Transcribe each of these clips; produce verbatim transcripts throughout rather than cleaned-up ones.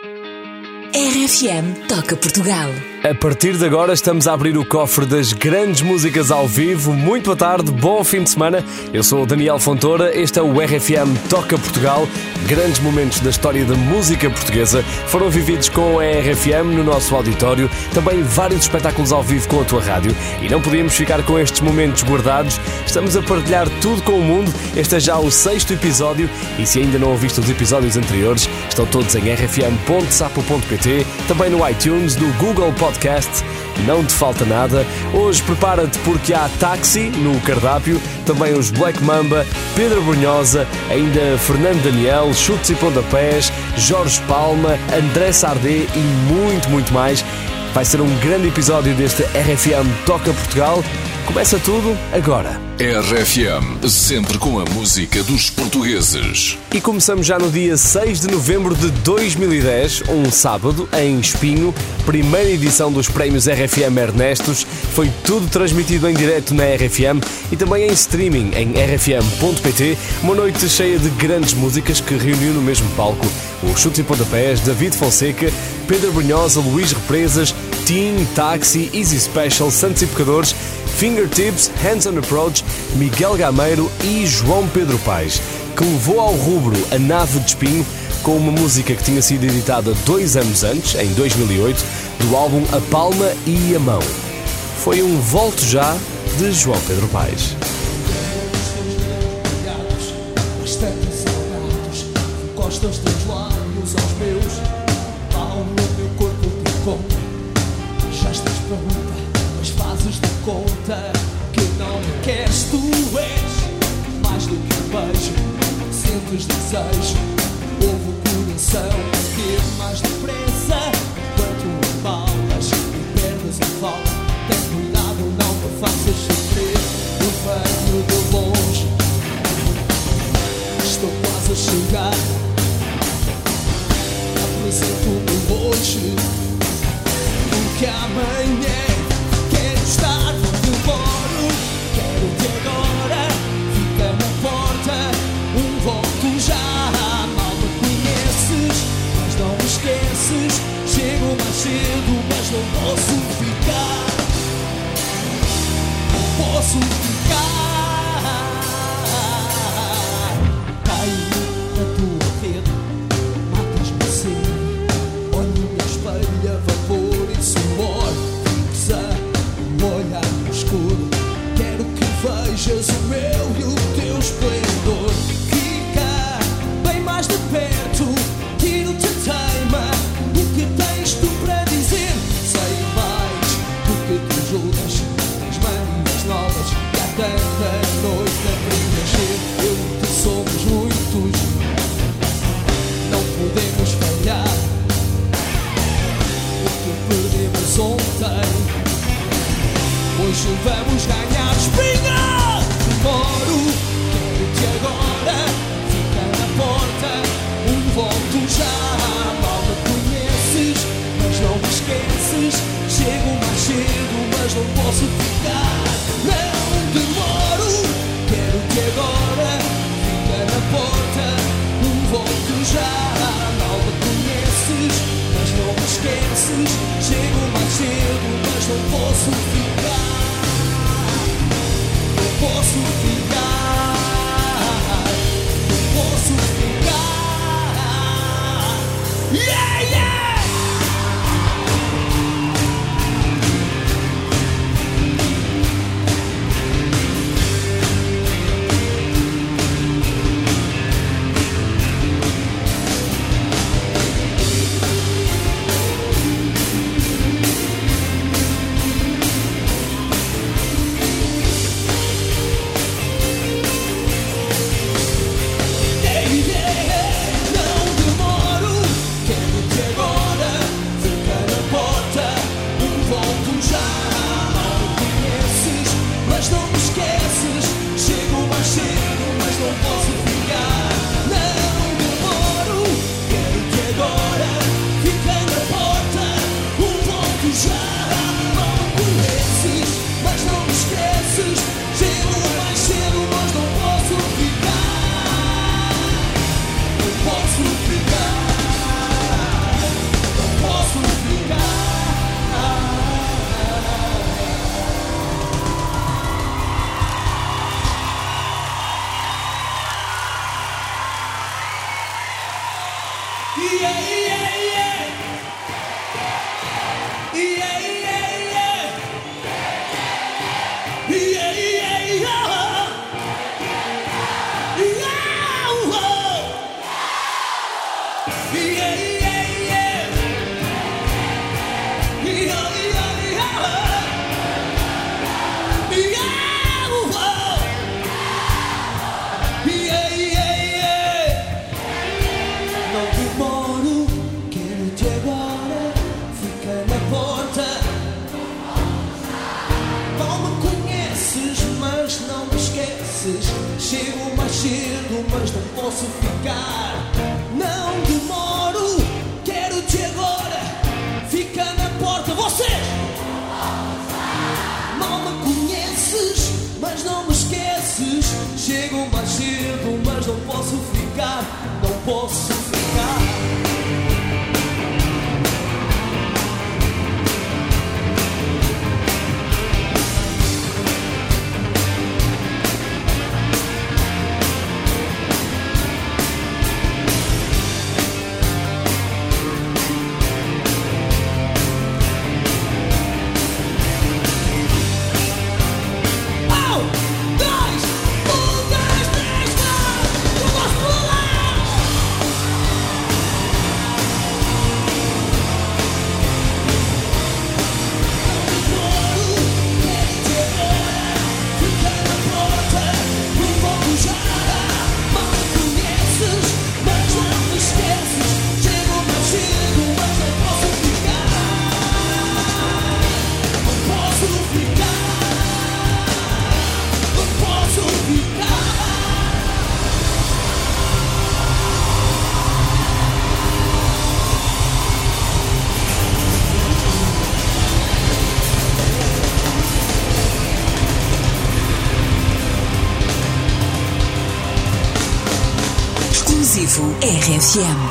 R F M Toca Portugal. A partir de agora estamos a abrir o cofre das grandes músicas ao vivo. Muito boa tarde, bom fim de semana. Eu sou o Daniel Fontoura, este é o R F M Toca Portugal. Grandes momentos da história da música portuguesa foram vividos com a R F M no nosso auditório. Também vários espetáculos ao vivo com a tua rádio. E não podíamos ficar com estes momentos guardados. Estamos a partilhar tudo com o mundo. Este é já o sexto episódio. E se ainda não ouviste os episódios anteriores, estão todos em r f m ponto sapo ponto p t, também no iTunes, no Google Podcast. Não te falta nada. Hoje prepara-te porque há Táxi no cardápio, também os Black Mamba, Pedro Brunhosa, ainda Fernando Daniel, Chutes e Pontapés, Jorge Palma, André Sardé e muito, muito mais. Vai ser um grande episódio deste R F M Toca Portugal. Começa tudo agora. R F M, sempre com a música dos portugueses. E começamos já no dia seis de novembro de dois mil e dez, um sábado, em Espinho, primeira edição dos prémios R F M Ernestos. Foi tudo transmitido em direto na R F M e também em streaming em r f m ponto p t. Uma noite cheia de grandes músicas que reuniu no mesmo palco o Chutes e Pontapés, David Fonseca, Pedro Brunhosa, Luís Represas, Teen, Táxi, Easy Special, Santos e Pecadores, Fingertips, Hands on Approach, Miguel Gameiro e João Pedro Paes, que levou ao rubro a Nave de Espinho com uma música que tinha sido editada dois anos antes, em dois mil e oito, do álbum A Palma e a Mão. Foi um volto já de João Pedro Paes. Encosta os teus lábios aos meus, ao meu corpo te conta. Já estás pronta, mas fazes de conta que não me queres. Tu és mais do que um beijo, sentes desejo, ouve o coração bater mais depressa. Quanto me falas e perdes a fala, tem cuidado, não me faças sofrer. Eu venho de longe, estou quase a chegar. Apresento-me hoje, porque amanhã quero estar no teu coro. Quero-te agora, fica na porta, um volto já. Mal me conheces, mas não me esqueces. Chego mais cedo, mas não posso ficar. Não posso ficar. Caio na tua rede, matas-me cedo. Olho-me ao espelho a vapor e suor. Fixa o olhar no escuro. Quero que vejas o meu e o teu esplendor. Fica bem mais de perto, tiro-te a teima. O que tens tu para dizer? Sei mais do que tu julgas. As manias novas que há tanta noite a preencher. Eu e tu somos muitos, não podemos falhar. O que perdemos ontem, hoje vamos ganhar. Espinha! Demoro, quero-te agora, fica na porta, um volto já. Mal me conheces, mas não me esqueces. Chego mais cedo, mas não posso ficar. Não demoro, quero-te agora, fica na porta, um volto já. Mal me conheces, mas não me esqueces. Chego mais cedo, mas não posso ficar. Não posso ficar. Não posso ficar. Yeah, yeah! Chego mais cedo, mas não posso ficar. Não demoro, quero-te agora. Fica na porta, você não me conheces, mas não me esqueces. Chego mais cedo, mas não posso ficar. Não posso ficar. R F M.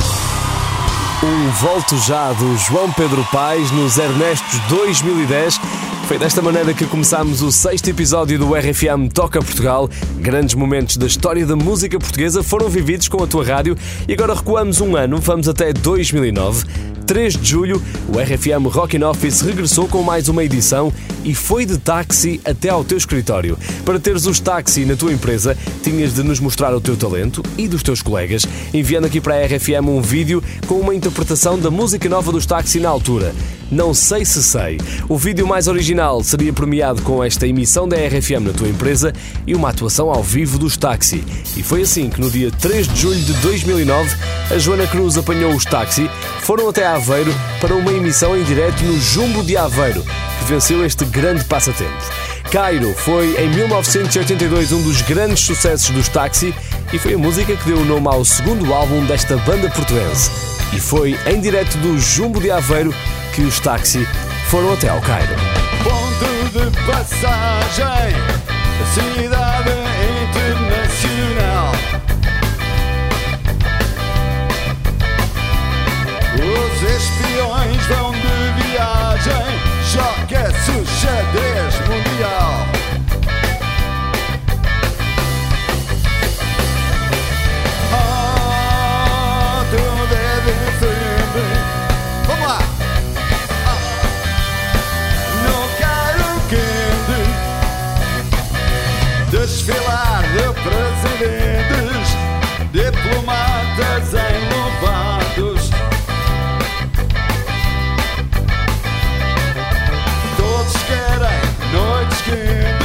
Um volto já do João Pedro Paes nos Ernestos dois mil e dez. Foi desta maneira que começámos o sexto episódio do R F M Toca Portugal. Grandes momentos da história da música portuguesa foram vividos com a tua rádio e agora recuamos um ano, vamos até dois mil e nove. três de julho, o R F M Rockin' Office regressou com mais uma edição e foi de táxi até ao teu escritório. Para teres os táxi na tua empresa, tinhas de nos mostrar o teu talento e dos teus colegas, enviando aqui para a R F M um vídeo com uma interpretação da música nova dos táxi na altura. Não sei se sei. O vídeo mais original seria premiado com esta emissão da R F M na tua empresa e uma atuação ao vivo dos táxi. E foi assim que no dia três de julho de dois mil e nove, a Joana Cruz apanhou os táxi, foram até Aveiro para uma emissão em direto no Jumbo de Aveiro, que venceu este grande passatempo. Cairo foi em mil novecentos e oitenta e dois um dos grandes sucessos dos táxi e foi a música que deu o nome ao segundo álbum desta banda portuense. E foi em direto do Jumbo de Aveiro que os táxi foram até ao Cairo. Ponto de passagem, cidade internacional. Os espiões vão de viagem, joga-se o xadrez mundial. Ah, tudo é diferente. Vamos lá! Desfilar de presidentes, diplomatas enluvados. Todos querem noites quentes.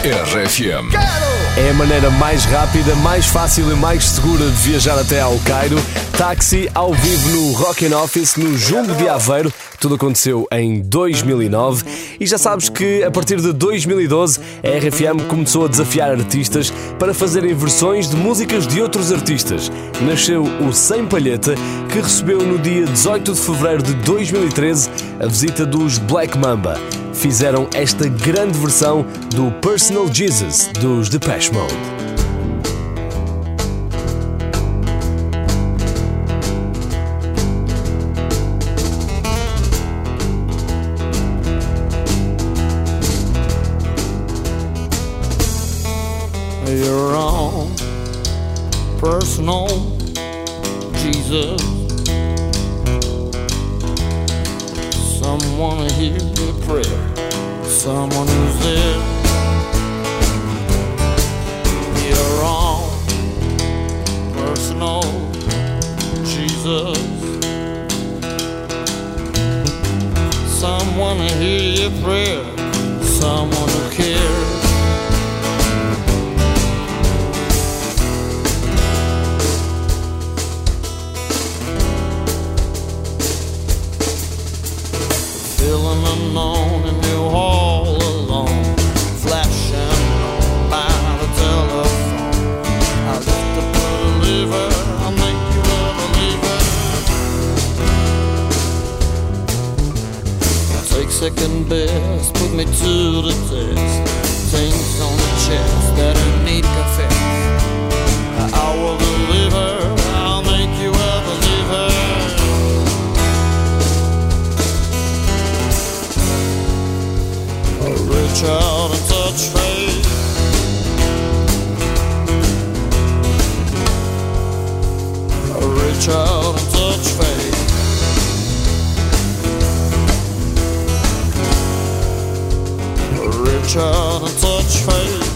R F M. É a maneira mais rápida, mais fácil e mais segura de viajar até ao Cairo. Táxi ao vivo no Rockin' Office, no Jumbo de Aveiro. Tudo aconteceu em dois mil e nove e já sabes que a partir de dois mil e doze a R F M começou a desafiar artistas para fazerem versões de músicas de outros artistas. Nasceu o Sem Palheta, que recebeu no dia dezoito de fevereiro de dois mil e treze a visita dos Black Mamba. Fizeram esta grande versão do Personal Jesus dos Depeche Mode. Your own personal Jesus. Someone to hear your prayer. Someone who's there. Your own personal Jesus. Someone to hear your prayer. Someone who cares. Feeling unknown and you're all alone, flashing by the telephone. I lift up a believer, I'll make you a believer. Take second best, put me to the test. Things on the chest that I need confess. I will deliver, I'll make you a believer. Reach out and touch faith. Reach out and touch faith. Reach out and touch faith.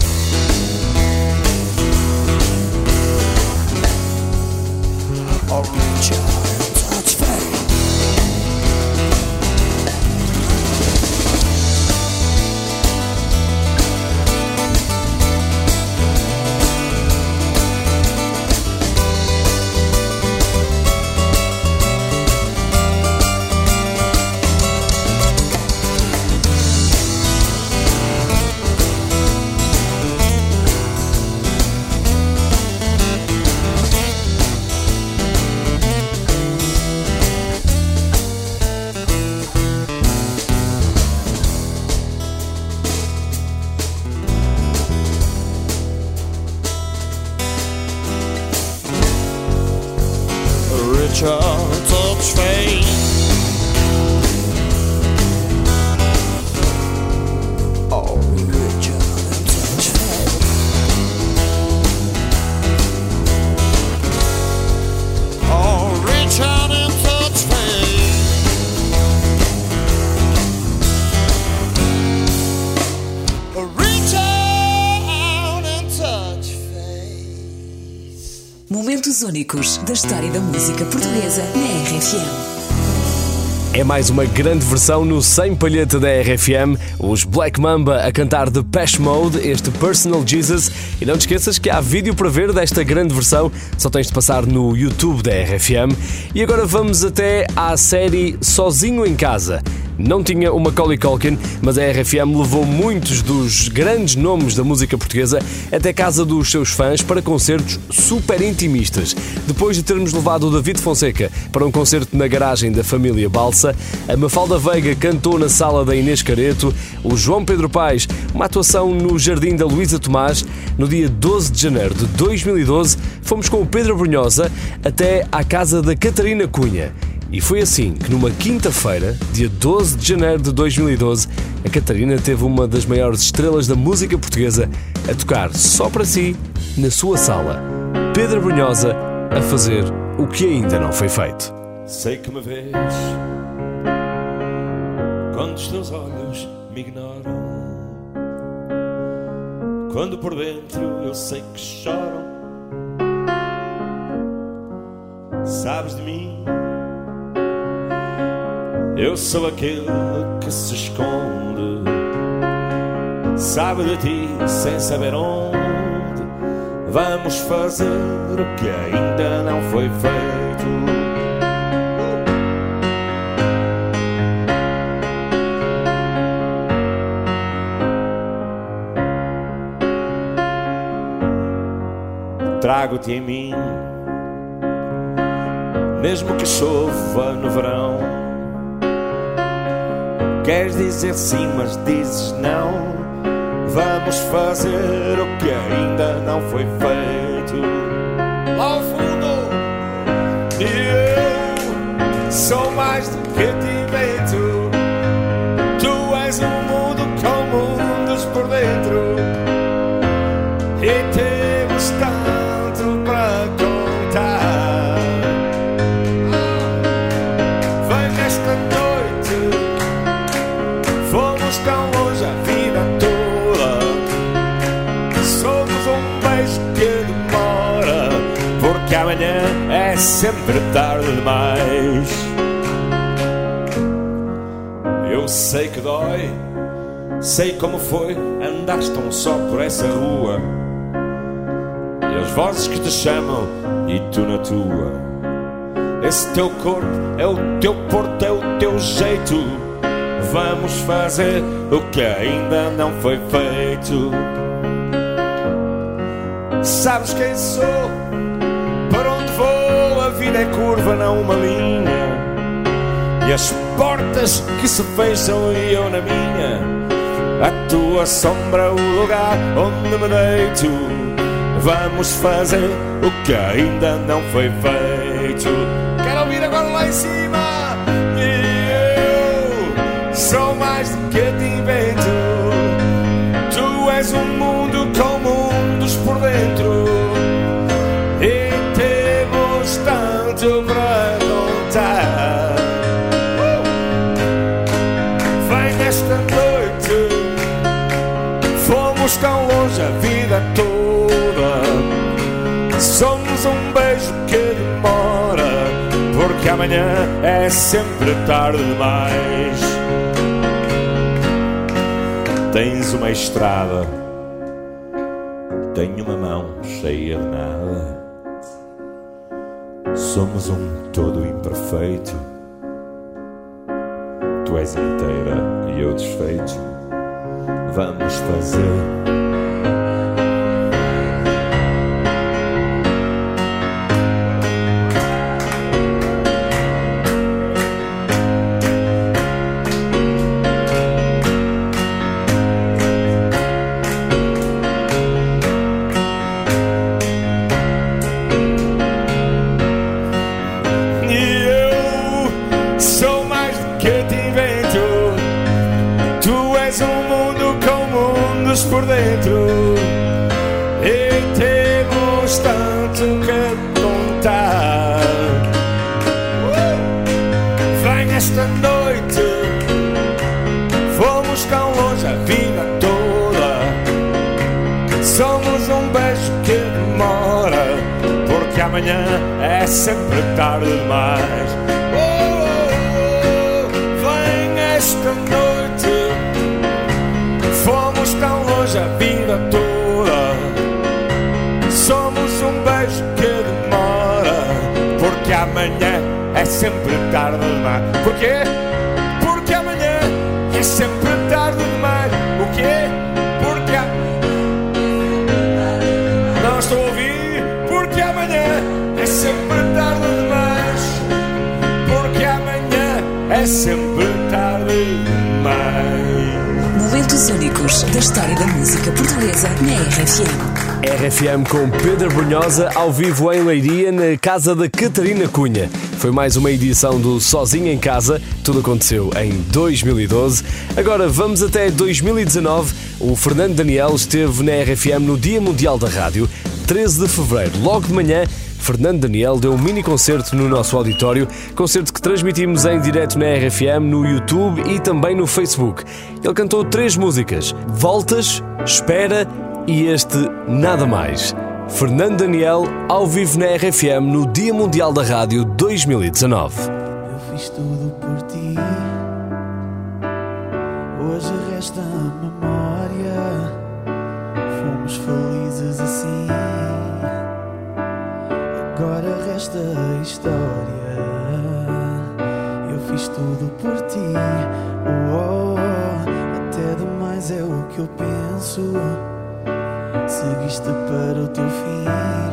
Oh, reach out and touch faith. Reach out and touch faith. Oh, reach out and touch faith. Oh, reach out and touch faith. Reach out and touch faith. Momentos únicos da história da música portuguesa na R F M. É mais uma grande versão no Sem Palheta da R F M, os Black Mamba a cantar Depeche Mode, este Personal Jesus. E não te esqueças que há vídeo para ver desta grande versão, só tens de passar no YouTube da R F M. E agora vamos até à série Sozinho em Casa. Não tinha o Macaulay Culkin, mas a R F M levou muitos dos grandes nomes da música portuguesa até casa dos seus fãs para concertos super intimistas. Depois de termos levado o David Fonseca para um concerto na garagem da família Balsa, a Mafalda Veiga cantou na sala da Inês Careto, o João Pedro Paes, uma atuação no Jardim da Luísa Tomás. No dia doze de janeiro de dois mil e doze, fomos com o Pedro Brunhosa até à casa da Catarina Cunha. E foi assim que numa quinta-feira, dia doze de janeiro de dois mil e doze, a Catarina teve uma das maiores estrelas da música portuguesa a tocar só para si, na sua sala. Pedro Brunhosa a fazer o que ainda não foi feito. Sei que me vês quando os teus olhos me ignoram, quando por dentro eu sei que choram. Sabes de mim, eu sou aquele que se esconde sabe de ti sem saber onde. Vamos fazer o que ainda não foi feito. Trago-te em mim, mesmo que chova no verão. Queres dizer sim, mas dizes não. Vamos fazer o que ainda não foi feito. Lá ao fundo, eu sou mais do que te invento. Tu és um mundo com mundos por dentro, e temos tanto para contar. Vem nesta noite, fomos tão longe a vida toda. Somos um beijo que demora, porque amanhã é sempre tarde demais. Eu sei que dói, sei como foi, andaste tão só por essa rua, e as vozes que te chamam e tu na tua. Esse teu corpo é o teu porto, é o teu jeito. Vamos fazer o que ainda não foi feito. Sabes quem sou, para onde vou, a vida é curva, não uma linha. E as portas que se fecham e eu na minha. A tua sombra, o lugar onde me deito. Vamos fazer o que ainda não foi feito. Quero ouvir agora lá em cima. E eu sou mais do que te invento. Tu és um mundo com mundos por dentro, e temos tanto para contar. uh! Vem nesta noite, fomos tão longe a vida toda. Somos um beijo que demora, porque amanhã é sempre tarde demais. Tens uma estrada, tenho uma mão cheia de nada. Somos um todo imperfeito. Tu és inteira e eu desfeito. Vamos fazer por dentro, e temos tanto que contar. uh! Vem esta noite, fomos tão longe a vida toda. Somos um beijo que demora, porque amanhã é sempre tarde demais. uh! Vem esta noite, fomos tão longe a vida toda. Somos um beijo que demora, porque amanhã é sempre tarde demais. Porquê? Porque amanhã é sempre tarde demais. O quê? Porque a... Não estou a ouvir. Porque amanhã é sempre tarde demais. Porque amanhã é sempre tarde demais. Momentos únicos da história da música portuguesa na R F M. R F M com Pedro Brunhosa, ao vivo em Leiria, na casa da Catarina Cunha. Foi mais uma edição do Sozinho em Casa, tudo aconteceu em dois mil e doze. Agora vamos até dois mil e dezanove. O Fernando Daniel esteve na R F M no Dia Mundial da Rádio, treze de fevereiro, logo de manhã. Fernando Daniel deu um mini concerto no nosso auditório, concerto que transmitimos em direto na R F M, no YouTube e também no Facebook. Ele cantou três músicas: Voltas, Espera e este Nada Mais. Fernando Daniel, ao vivo na R F M no Dia Mundial da Rádio dois mil e dezanove. Eu fiz tudo por ti, hoje resta a memória Fomos felizes assim. Agora resta a história. Eu fiz tudo por ti. Oh, oh, até demais é o que eu penso. Seguiste para o teu fim.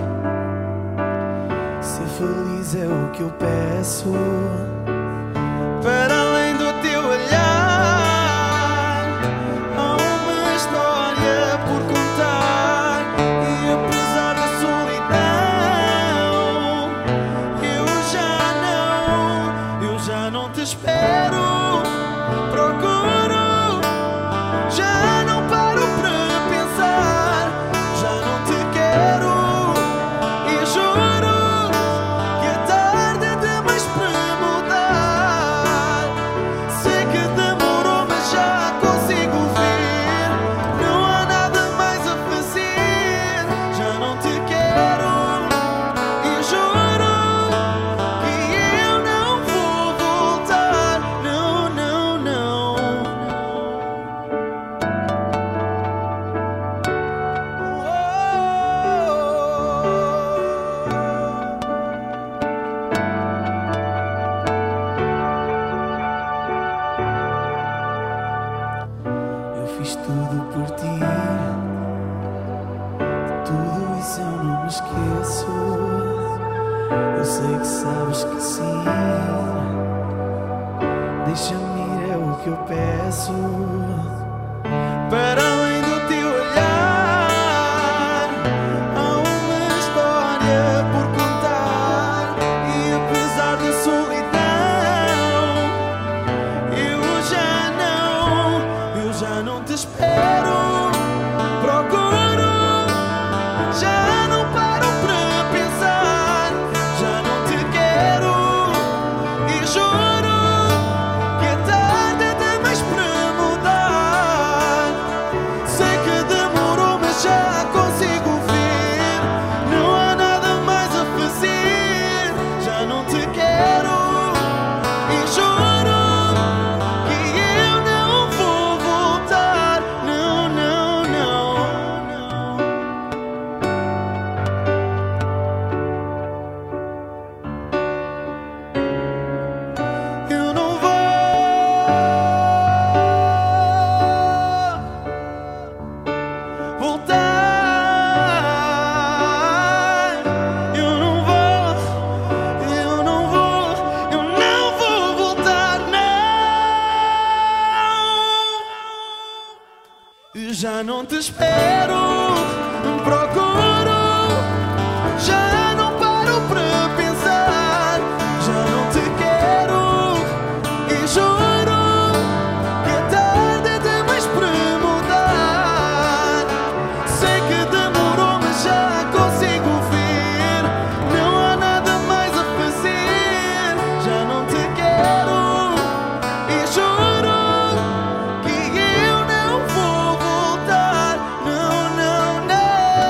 Ser feliz é o que eu peço. Para além do teu olhar, há uma história por contar. E apesar da solidão, eu já não, eu já não te espero. Procuro, já não paro para pensar. Já não te quero e juro que é tarde demais para mudar. Sei que demorou, mas já consigo ver. Não há nada mais a fazer. Já não te quero e juro que eu não vou voltar. Não, não, não. Eu fiz tudo por ti. Tudo isso eu não me esqueço. Eu sei que sabes que sim. Deixa-me ir, é o que eu peço. Para além do teu olhar, há uma história por contar. E apesar da solidão, eu já não, eu já não te espero. Procuro, já não paro para pensar. Já não te quero e juro que é tarde demais para mudar. Sei que demorou, mas já consigo ver. Não há nada mais a fazer. Já não te quero e juro que eu não vou voltar. Não, não, não. Eu não vou voltar. Eu não vou, eu não vou, eu não vou voltar, não. Eu já não te espero. Procuro, já não paro para pensar. Já não te quero e juro que é tarde demais para mudar. Sei que demorou, mas já consigo ver. Não há nada mais a fazer. Já não te quero e juro que eu não vou voltar. Não, não, não.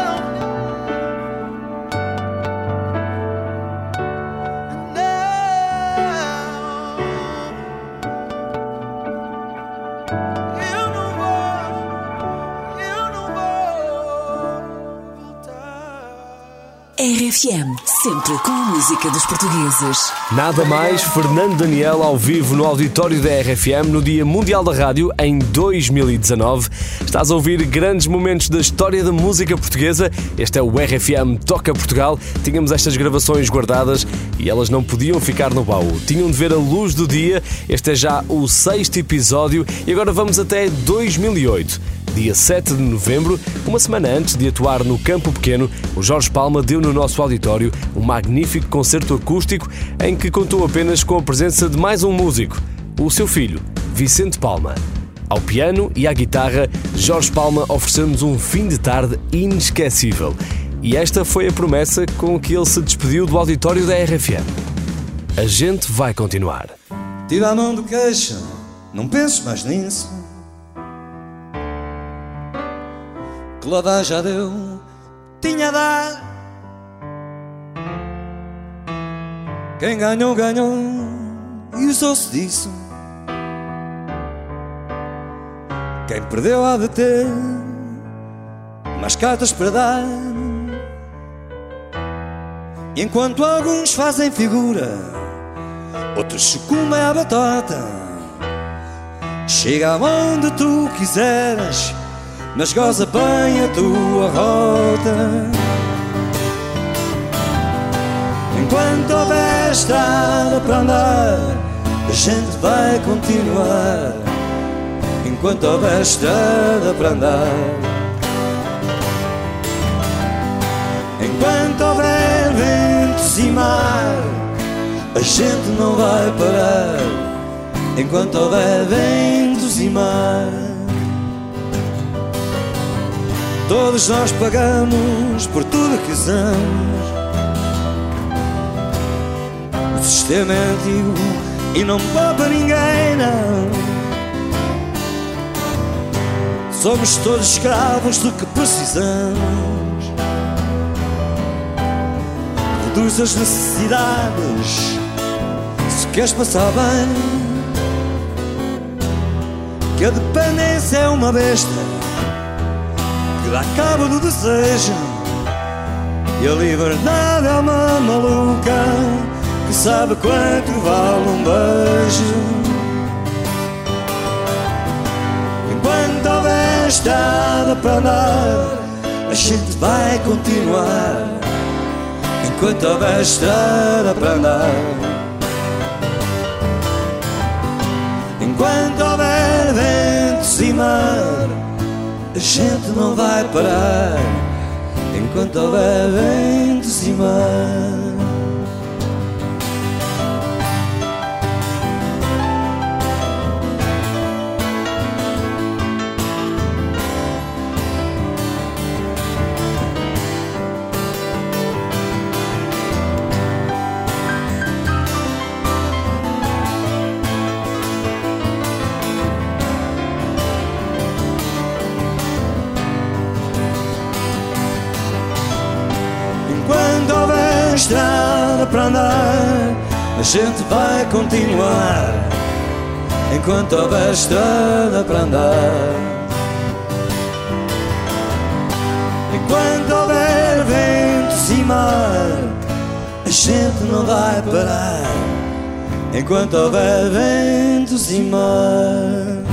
Eu não vou, eu não vou voltar. R F M, sempre com a música dos portugueses. Nada mais, Fernando Daniel ao vivo no auditório da R F M no Dia Mundial da Rádio em dois mil e dezanove. Estás a ouvir grandes momentos da história da música portuguesa. Este é o R F M Toca Portugal. Tínhamos estas gravações guardadas e elas não podiam ficar no baú. Tinham de ver a luz do dia. Este é já o sexto episódio e agora vamos até dois mil e oito. Dia sete de novembro, uma semana antes de atuar no Campo Pequeno, o Jorge Palma deu no nosso auditório um magnífico concerto acústico em que contou apenas com a presença de mais um músico, o seu filho, Vicente Palma. Ao piano e à guitarra, Jorge Palma ofereceu-nos um fim de tarde inesquecível. E esta foi a promessa com que ele se despediu do auditório da R F M. A gente vai continuar. Tira a mão do queixo, não penses mais nisso. Que lá já deu, tinha a dar. Quem ganhou, ganhou, e usou-se disso. Quem perdeu há de ter mais cartas para dar. E enquanto alguns fazem figura, outros sucumbem à batota. Chega aonde tu quiseres, mas goza bem a tua rota. Enquanto houver estrada para andar, a gente vai continuar. Enquanto houver estrada para andar. Enquanto houver ventos e mar, a gente não vai parar. Enquanto houver ventos e mar. Todos nós pagamos por tudo que usamos. O sistema é antigo e não poupa ninguém, não. Somos todos escravos do que precisamos. Reduz as necessidades se queres passar bem. Que a dependência é uma besta que dá cabo do desejo. E a liberdade é uma maluca que sabe quanto vale um beijo. Enquanto houver estrada para andar, a gente vai continuar. Enquanto houver estrada para andar. Enquanto houver ventos e mar, a gente não vai parar. Enquanto houver ventos e mar. Estrada para andar, a gente vai continuar. Enquanto houver estrada para andar. Enquanto houver ventos e mar, a gente não vai parar. Enquanto houver ventos e mar.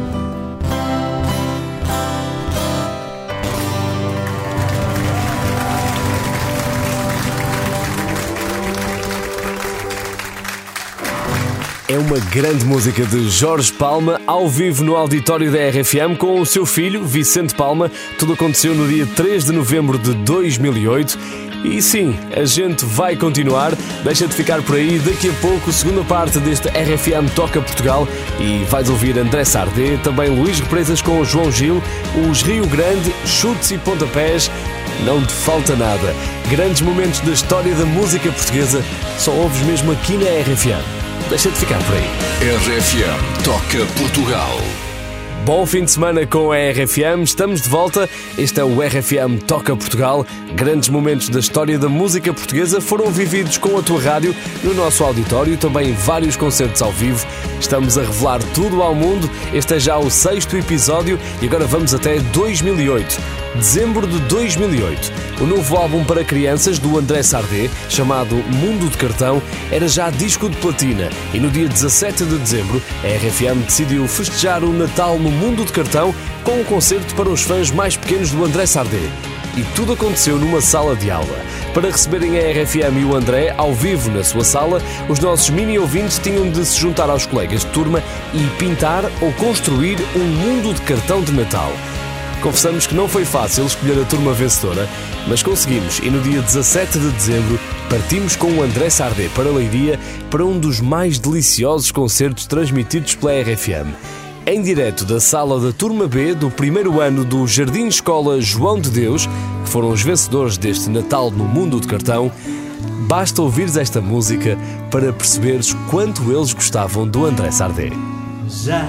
É uma grande música de Jorge Palma, ao vivo no auditório da R F M com o seu filho, Vicente Palma. Tudo aconteceu no dia três de novembro de dois mil e oito. E sim, a gente vai continuar. Deixa de ficar por aí, daqui a pouco, segunda parte deste R F M Toca Portugal. E vais ouvir André Sardé, também Luís Represas com o João Gil, os Rio Grande, chutes e pontapés. Não te falta nada. Grandes momentos da história da música portuguesa só ouves mesmo aqui na R F M. Deixa de ficar por aí. R F M Toca Portugal. Bom fim de semana com a R F M, estamos de volta. Este é o R F M Toca Portugal. Grandes momentos da história da música portuguesa foram vividos com a tua rádio no nosso auditório, também vários concertos ao vivo. Estamos a revelar tudo ao mundo. Este é já o sexto episódio e agora vamos até dois mil e oito. Dezembro de dois mil e oito. O novo álbum para crianças do André Sardé, chamado Mundo de Cartão, era já disco de platina e no dia dezassete de dezembro a R F M decidiu festejar o Natal no Mundo de Cartão com um concerto para os fãs mais pequenos do André Sardé. E tudo aconteceu numa sala de aula. Para receberem a R F M e o André ao vivo na sua sala, os nossos mini-ouvintes tinham de se juntar aos colegas de turma e pintar ou construir um mundo de cartão de Natal. Confessamos que não foi fácil escolher a turma vencedora, mas conseguimos e no dia dezassete de dezembro partimos com o André Sardé para Leiria para um dos mais deliciosos concertos transmitidos pela R F M. Em direto da sala da turma B do primeiro ano do Jardim Escola João de Deus, que foram os vencedores deste Natal no Mundo de Cartão, basta ouvires esta música para perceberes quanto eles gostavam do André Sardé. Já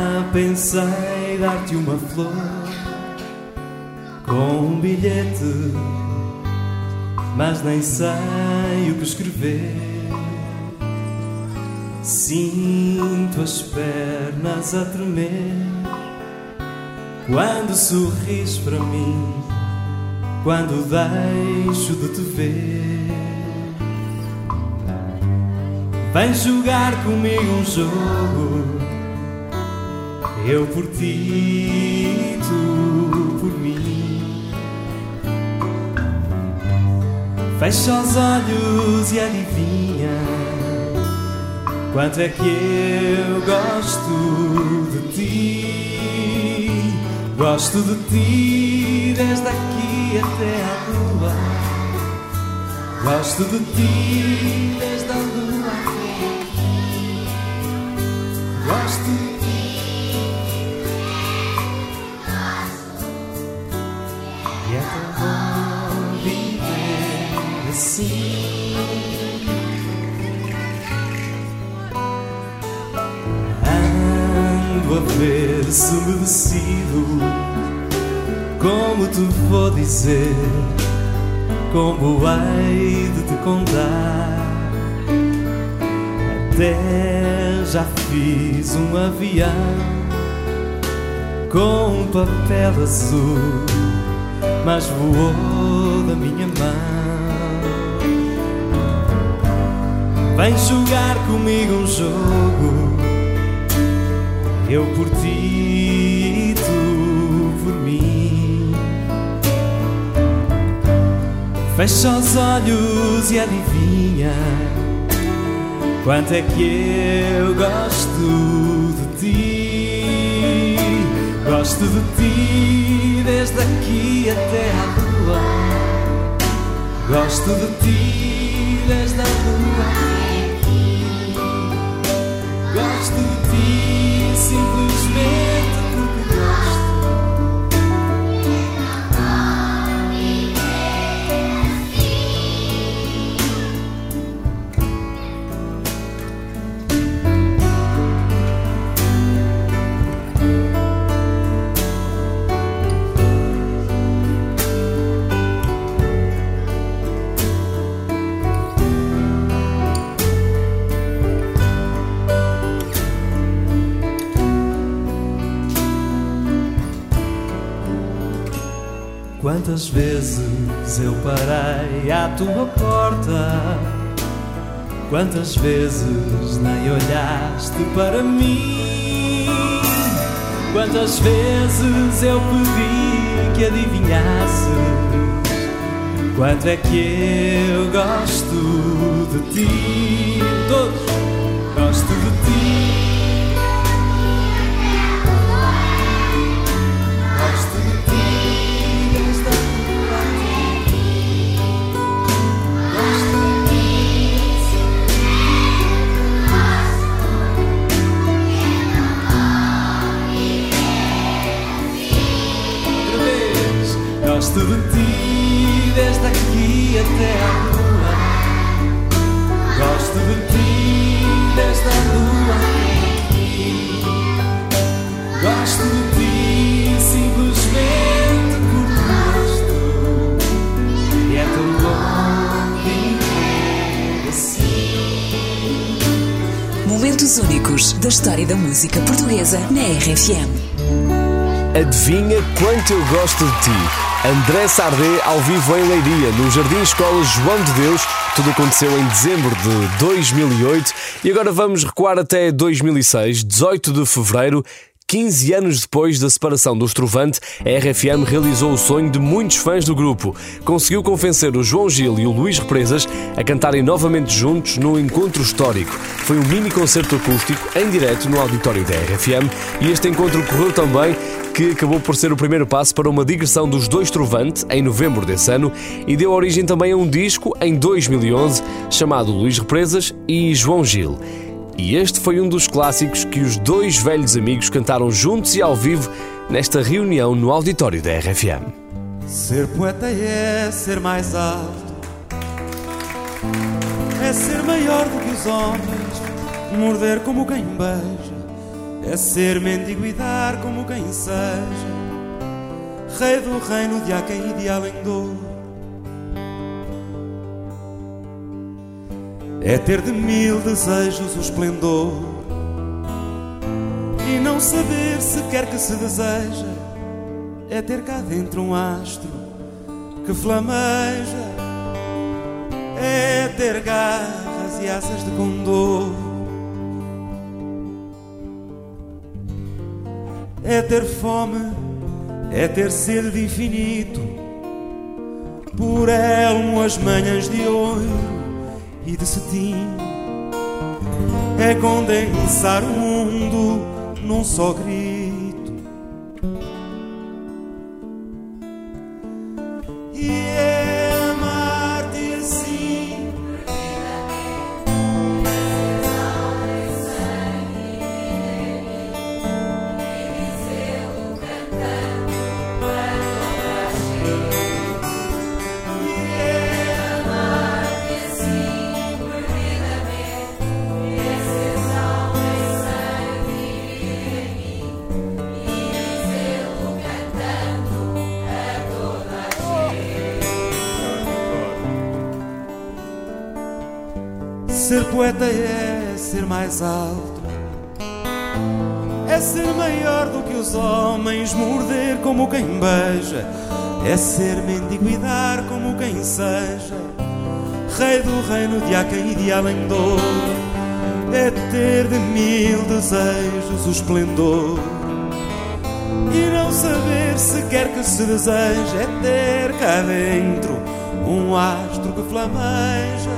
pensei dar-te uma flor com um bilhete, mas nem sei o que escrever. Sinto as pernas a tremer Quando sorris para mim, quando deixo de te ver, vem jogar comigo um jogo, eu por ti, tu por mim. Fecha os olhos e adivinha quanto é que eu gosto de ti. Gosto de ti desde aqui até à lua. Gosto de ti desde a lua até aqui. Gosto de ti. E é tão bom viver assim. Ando a ver se me decido. Como te vou dizer, como hei de te contar? Até já fiz um avião com um papel azul, mas voou da minha mão. Vem jogar comigo um jogo, eu por ti, tu por mim. Fecha os olhos e adivinha quanto é que eu gosto de ti. Gosto de ti desde aqui até à lua. Gosto de ti desde a lua até aqui. Gosto de ti simplesmente porque gosto. Quantas vezes eu parei à tua porta, quantas vezes nem olhaste para mim, quantas vezes eu pedi que adivinhasses quanto é que eu gosto de ti. Todos gosto de ti. Gosto de ti desde aqui até à lua. Gosto de ti desde a lua até aqui. Gosto de ti simplesmente porque gosto. E é tão bom viver assim. Momentos únicos da história da música portuguesa na R F M. Adivinha quanto eu gosto de ti. André Sardé ao vivo em Leiria, no Jardim Escola João de Deus. Tudo aconteceu em dezembro de dois mil e oito. E agora vamos recuar até dois mil e seis, dezoito de fevereiro. quinze anos depois da separação do Estrovante, a R F M realizou o sonho de muitos fãs do grupo. Conseguiu convencer o João Gil e o Luís Represas a cantarem novamente juntos num encontro histórico. Foi um mini concerto acústico em direto no auditório da R F M e este encontro correu tão bem que acabou por ser o primeiro passo para uma digressão dos dois Estrovante em novembro desse ano e deu origem também a um disco em dois mil e onze chamado Luís Represas e João Gil. E este foi um dos clássicos que os dois velhos amigos cantaram juntos e ao vivo nesta reunião no auditório da R F M. Ser poeta é ser mais alto, é ser maior do que os homens, morder como quem beija, é ser mendigo e dar como quem seja, rei do reino de Aquém e de Além-dor. É ter de mil desejos o esplendor e não saber sequer que se deseja, é ter cá dentro um astro que flameja, é ter garras e asas de condor, é ter fome, é ter sede de infinito, por elmo as manhãs de ouro e de cetim, é condensar o mundo num só grito, e é amar-te assim, ser poeta é ser mais alto, é ser maior do que os homens, morder como quem beija, é ser mendigo e dar como quem seja, rei do reino de Aquém e de Além-Douro, é ter de mil desejos o esplendor, e não saber sequer que se deseja, é ter cá dentro um astro que flameja,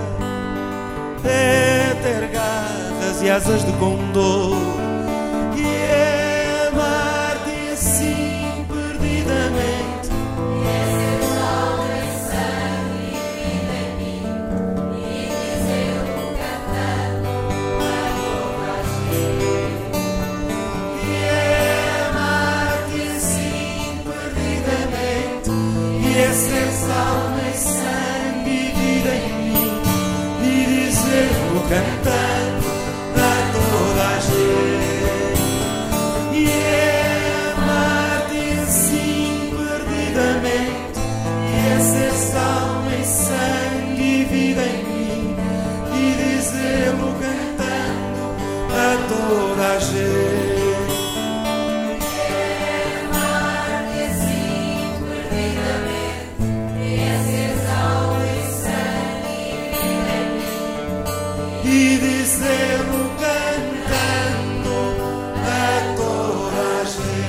é ter garras e asas de condor, e é amar-te assim perdidamente, e é ser sol em sangue e vida em mim, e dizê-lo cantando a toda a gente, e é amar-te assim perdidamente, e é ser sol em sangue e vida em mim, cantando a toda a gente, e é amar-te assim perdidamente, e é ser sal em sangue e vida em mim, e dizê-lo cantando a toda a gente. E dizer-lo cantando a toda a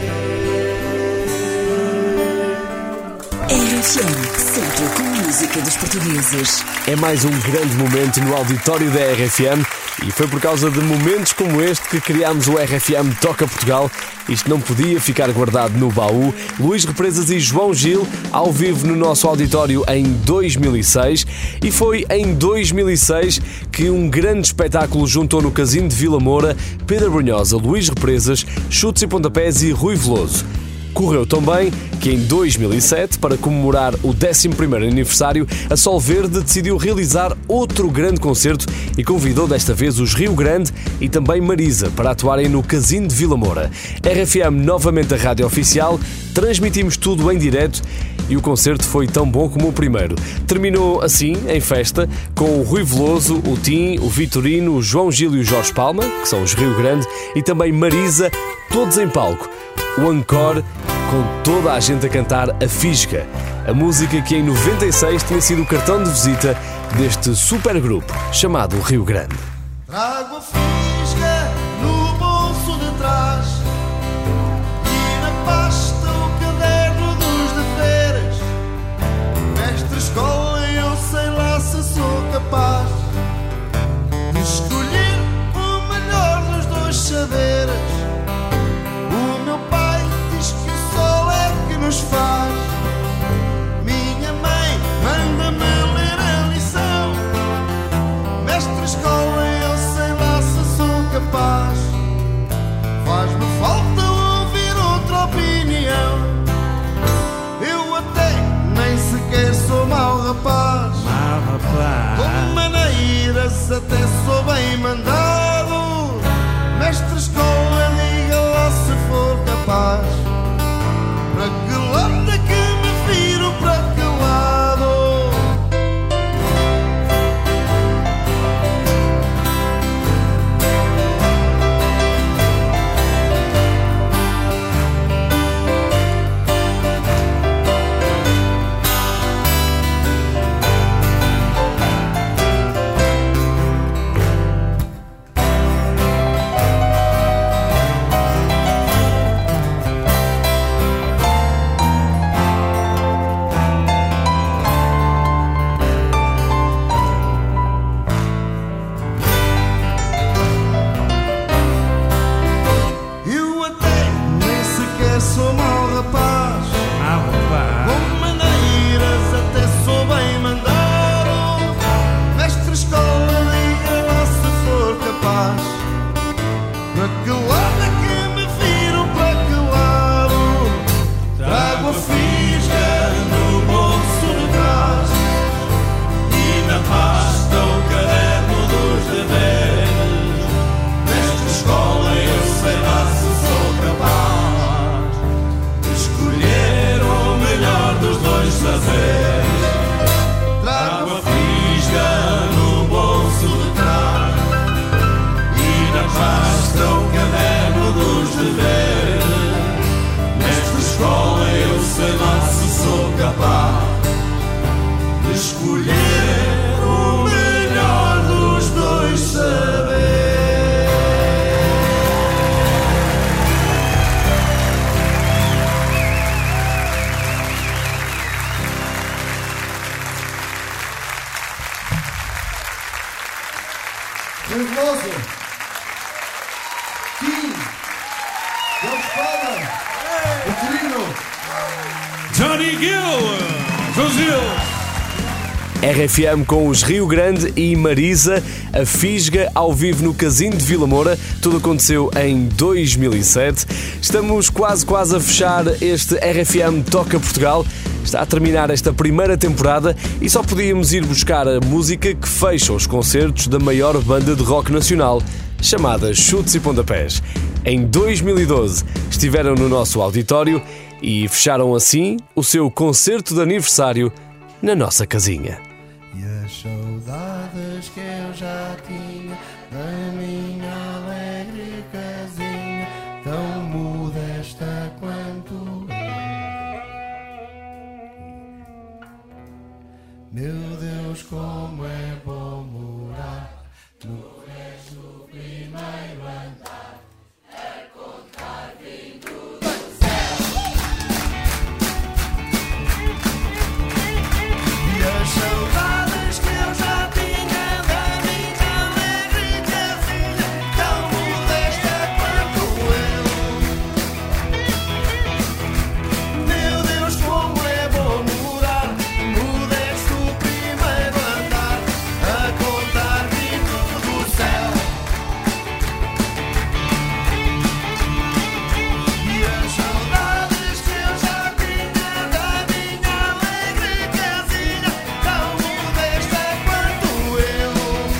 gente. R F M, sempre com a música dos portugueses. É mais um grande momento no auditório da R F M e foi por causa de momentos como este que criámos o R F M Toca Portugal. Isto não podia ficar guardado no baú. Luís Represas e João Gil, ao vivo no nosso auditório em dois mil e seis. E foi em dois mil e seis que um grande espetáculo juntou no Casino de Vila Moura Pedro Brunhosa, Luís Represas, Chutes e Pontapés e Rui Veloso. Correu tão bem que em dois mil e sete, para comemorar o décimo primeiro aniversário, a Sol Verde decidiu realizar outro grande concerto e convidou desta vez os Rio Grande e também Marisa para atuarem no Casino de Vila Moura. R F M novamente a rádio oficial, transmitimos tudo em direto e o concerto foi tão bom como o primeiro. Terminou assim, em festa, com o Rui Veloso, o Tim, o Vitorino, o João Gil e o Jorge Palma, que são os Rio Grande, e também Marisa, todos em palco. O encore, com toda a gente a cantar a Fisga, a música que em noventa e seis tinha sido o cartão de visita deste supergrupo chamado Rio Grande. Trago a fisga no bolso de trás e na pasta o caderno dos deveres. Mestre escola, eu sei lá se sou capaz de escolher o melhor dos dois saberes. O meu pai diz que o sol é que nos faz, minha mãe manda-me ler a lição. Mestre escola, eu sei lá se sou capaz, faz-me falta ouvir outra opinião. Eu até nem sequer sou mau rapaz, Mau rapaz. com maneiras até sou bem mandado. Mestre escola, diga lá se for capaz, para que lado é que escolher o melhor dos dois saber. Nervoso, Kim, João Spalman, o Trino, Johnny Gill, Brasil. R F M com os Rio Grande e Marisa, a Fisga ao vivo no Casino de Vila Moura. Tudo aconteceu em dois mil e sete. Estamos quase quase a fechar este R F M Toca Portugal. Está a terminar esta primeira temporada e só podíamos ir buscar a música que fecha os concertos da maior banda de rock nacional, chamada Chutes e Pontapés. Em dois mil e doze estiveram no nosso auditório e fecharam assim o seu concerto de aniversário na nossa casinha. E as saudades que eu já tinha da minha alegre casinha, tão modesta quanto eu. Meu Deus, como é bom morar no resto do primeiro andar, a contar vindo do céu. E as saudades que eu já tinha da minha alegre casinha, tão modesta quanto eu. Meu Deus, como é bom morar modesto primeiro andar, a contar vindo do céu. E as saudades que eu já tinha da minha alegre casinha, tão modesta quanto eu.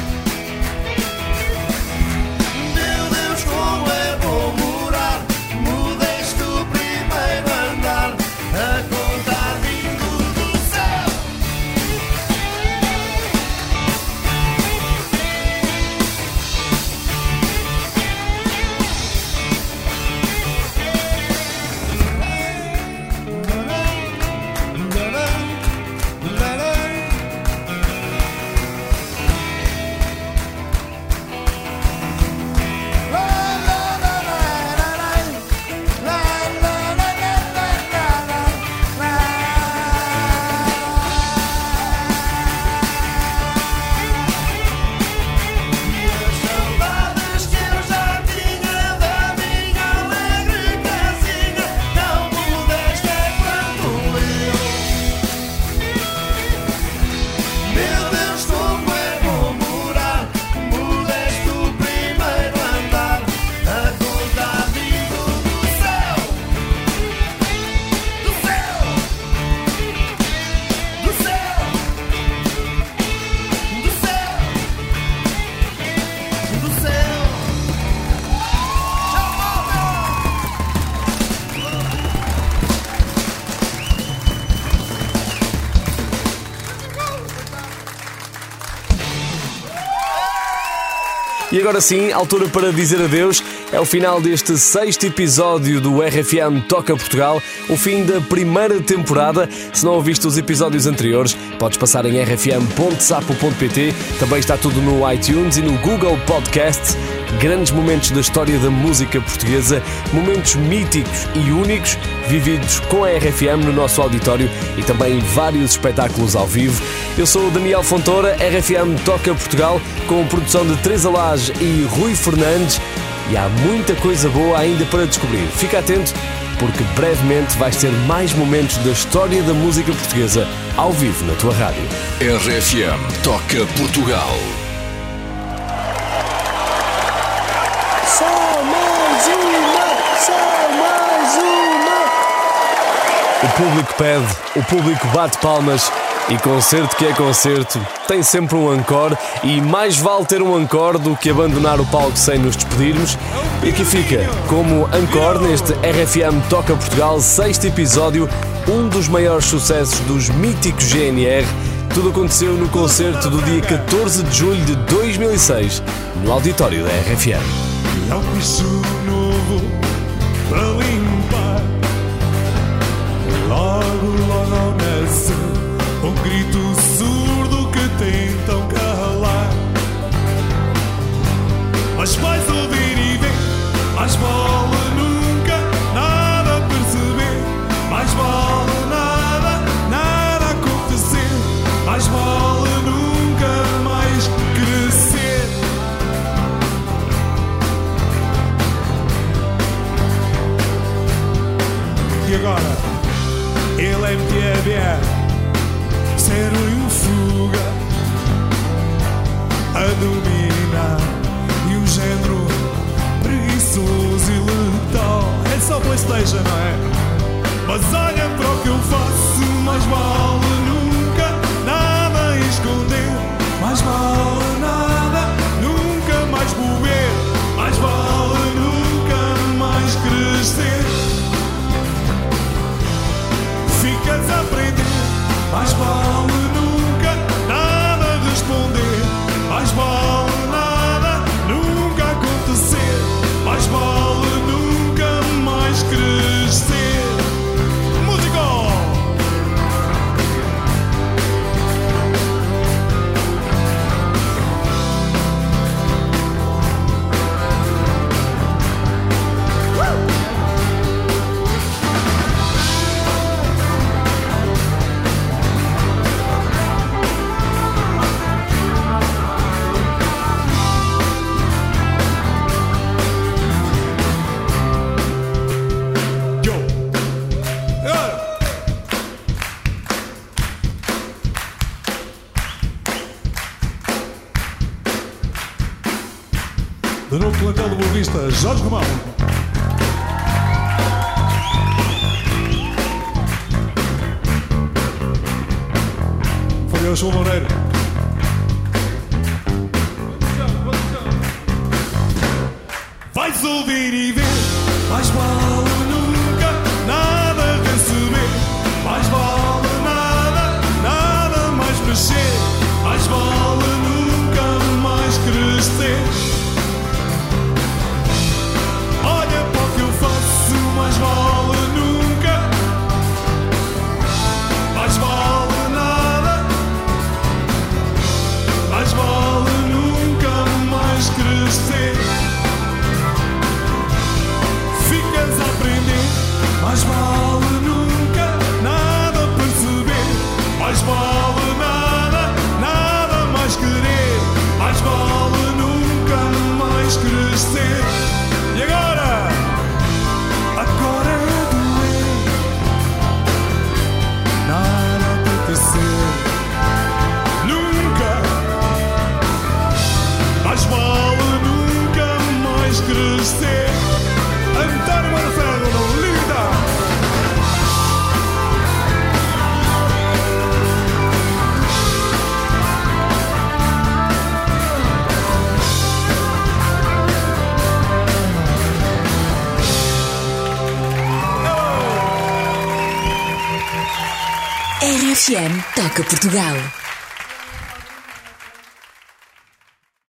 Meu Deus, como é bom morar modesto primeiro andar, a contar vindo do céu. E as saudades que eu já tinha da minha alegre casinha, tão modesta quanto eu. Meu Deus, como é bom morar modesto primeiro andar, a contar vindo do céu. Do céu. Do céu. Do céu. Do céu. E agora sim, altura para dizer adeus. É o final deste sexto episódio do R F M Toca Portugal, o fim da primeira temporada. Se não ouviste os episódios anteriores, podes passar em r f m ponto sapo ponto p t. Também está tudo no iTunes e no Google Podcasts. Grandes momentos da história da música portuguesa, momentos míticos e únicos, vividos com a R F M no nosso auditório e também vários espetáculos ao vivo. Eu sou o Daniel Fontoura, R F M Toca Portugal, com produção de Teresa Lage e Rui Fernandes, e há muita coisa boa ainda para descobrir. Fica atento, porque brevemente vais ter mais momentos da história da música portuguesa ao vivo na tua rádio. R F M Toca Portugal. Só mais uma! Só mais uma! O público pede, o público bate palmas, e concerto que é concerto tem sempre um encore, e mais vale ter um encore do que abandonar o palco sem nos despedirmos. E aqui fica, como encore neste R F M Toca Portugal, sexto episódio, um dos maiores sucessos dos míticos G N R. Tudo aconteceu no concerto do dia catorze de julho de dois mil e seis, no auditório da R F M. É um piso novo para limpar. Logo, logo ao nascer, um grito surdo seja, não é? Mas olha para o que eu faço, mais vale nunca nada esconder, mais vale nada nunca mais beber, mais vale nunca mais crescer. Ficas a aprender, mais vale nunca nada responder, mais vale nada nunca acontecer, mais vale nunca mais crescer. Música! Do novo plantel do Boa Vista, Jorge Romão. Foi o João Loureiro. Vais ouvir e ver, mais vale nunca nada receber, mais vale nada, nada mais mexer, mais vale nunca mais crescer. Olha para o que eu faço, mais vale nunca, mais vale nada, mais vale nunca mais crescer. Ficas a aprender, mais vale nunca nada perceber, mais vale nada, nada mais querer, mais vale nunca mais crescer. E agora? Agora é doer, nada acontecer, nunca, mais vale nunca mais crescer. António Marcelo, não linda! R F M Toca Portugal.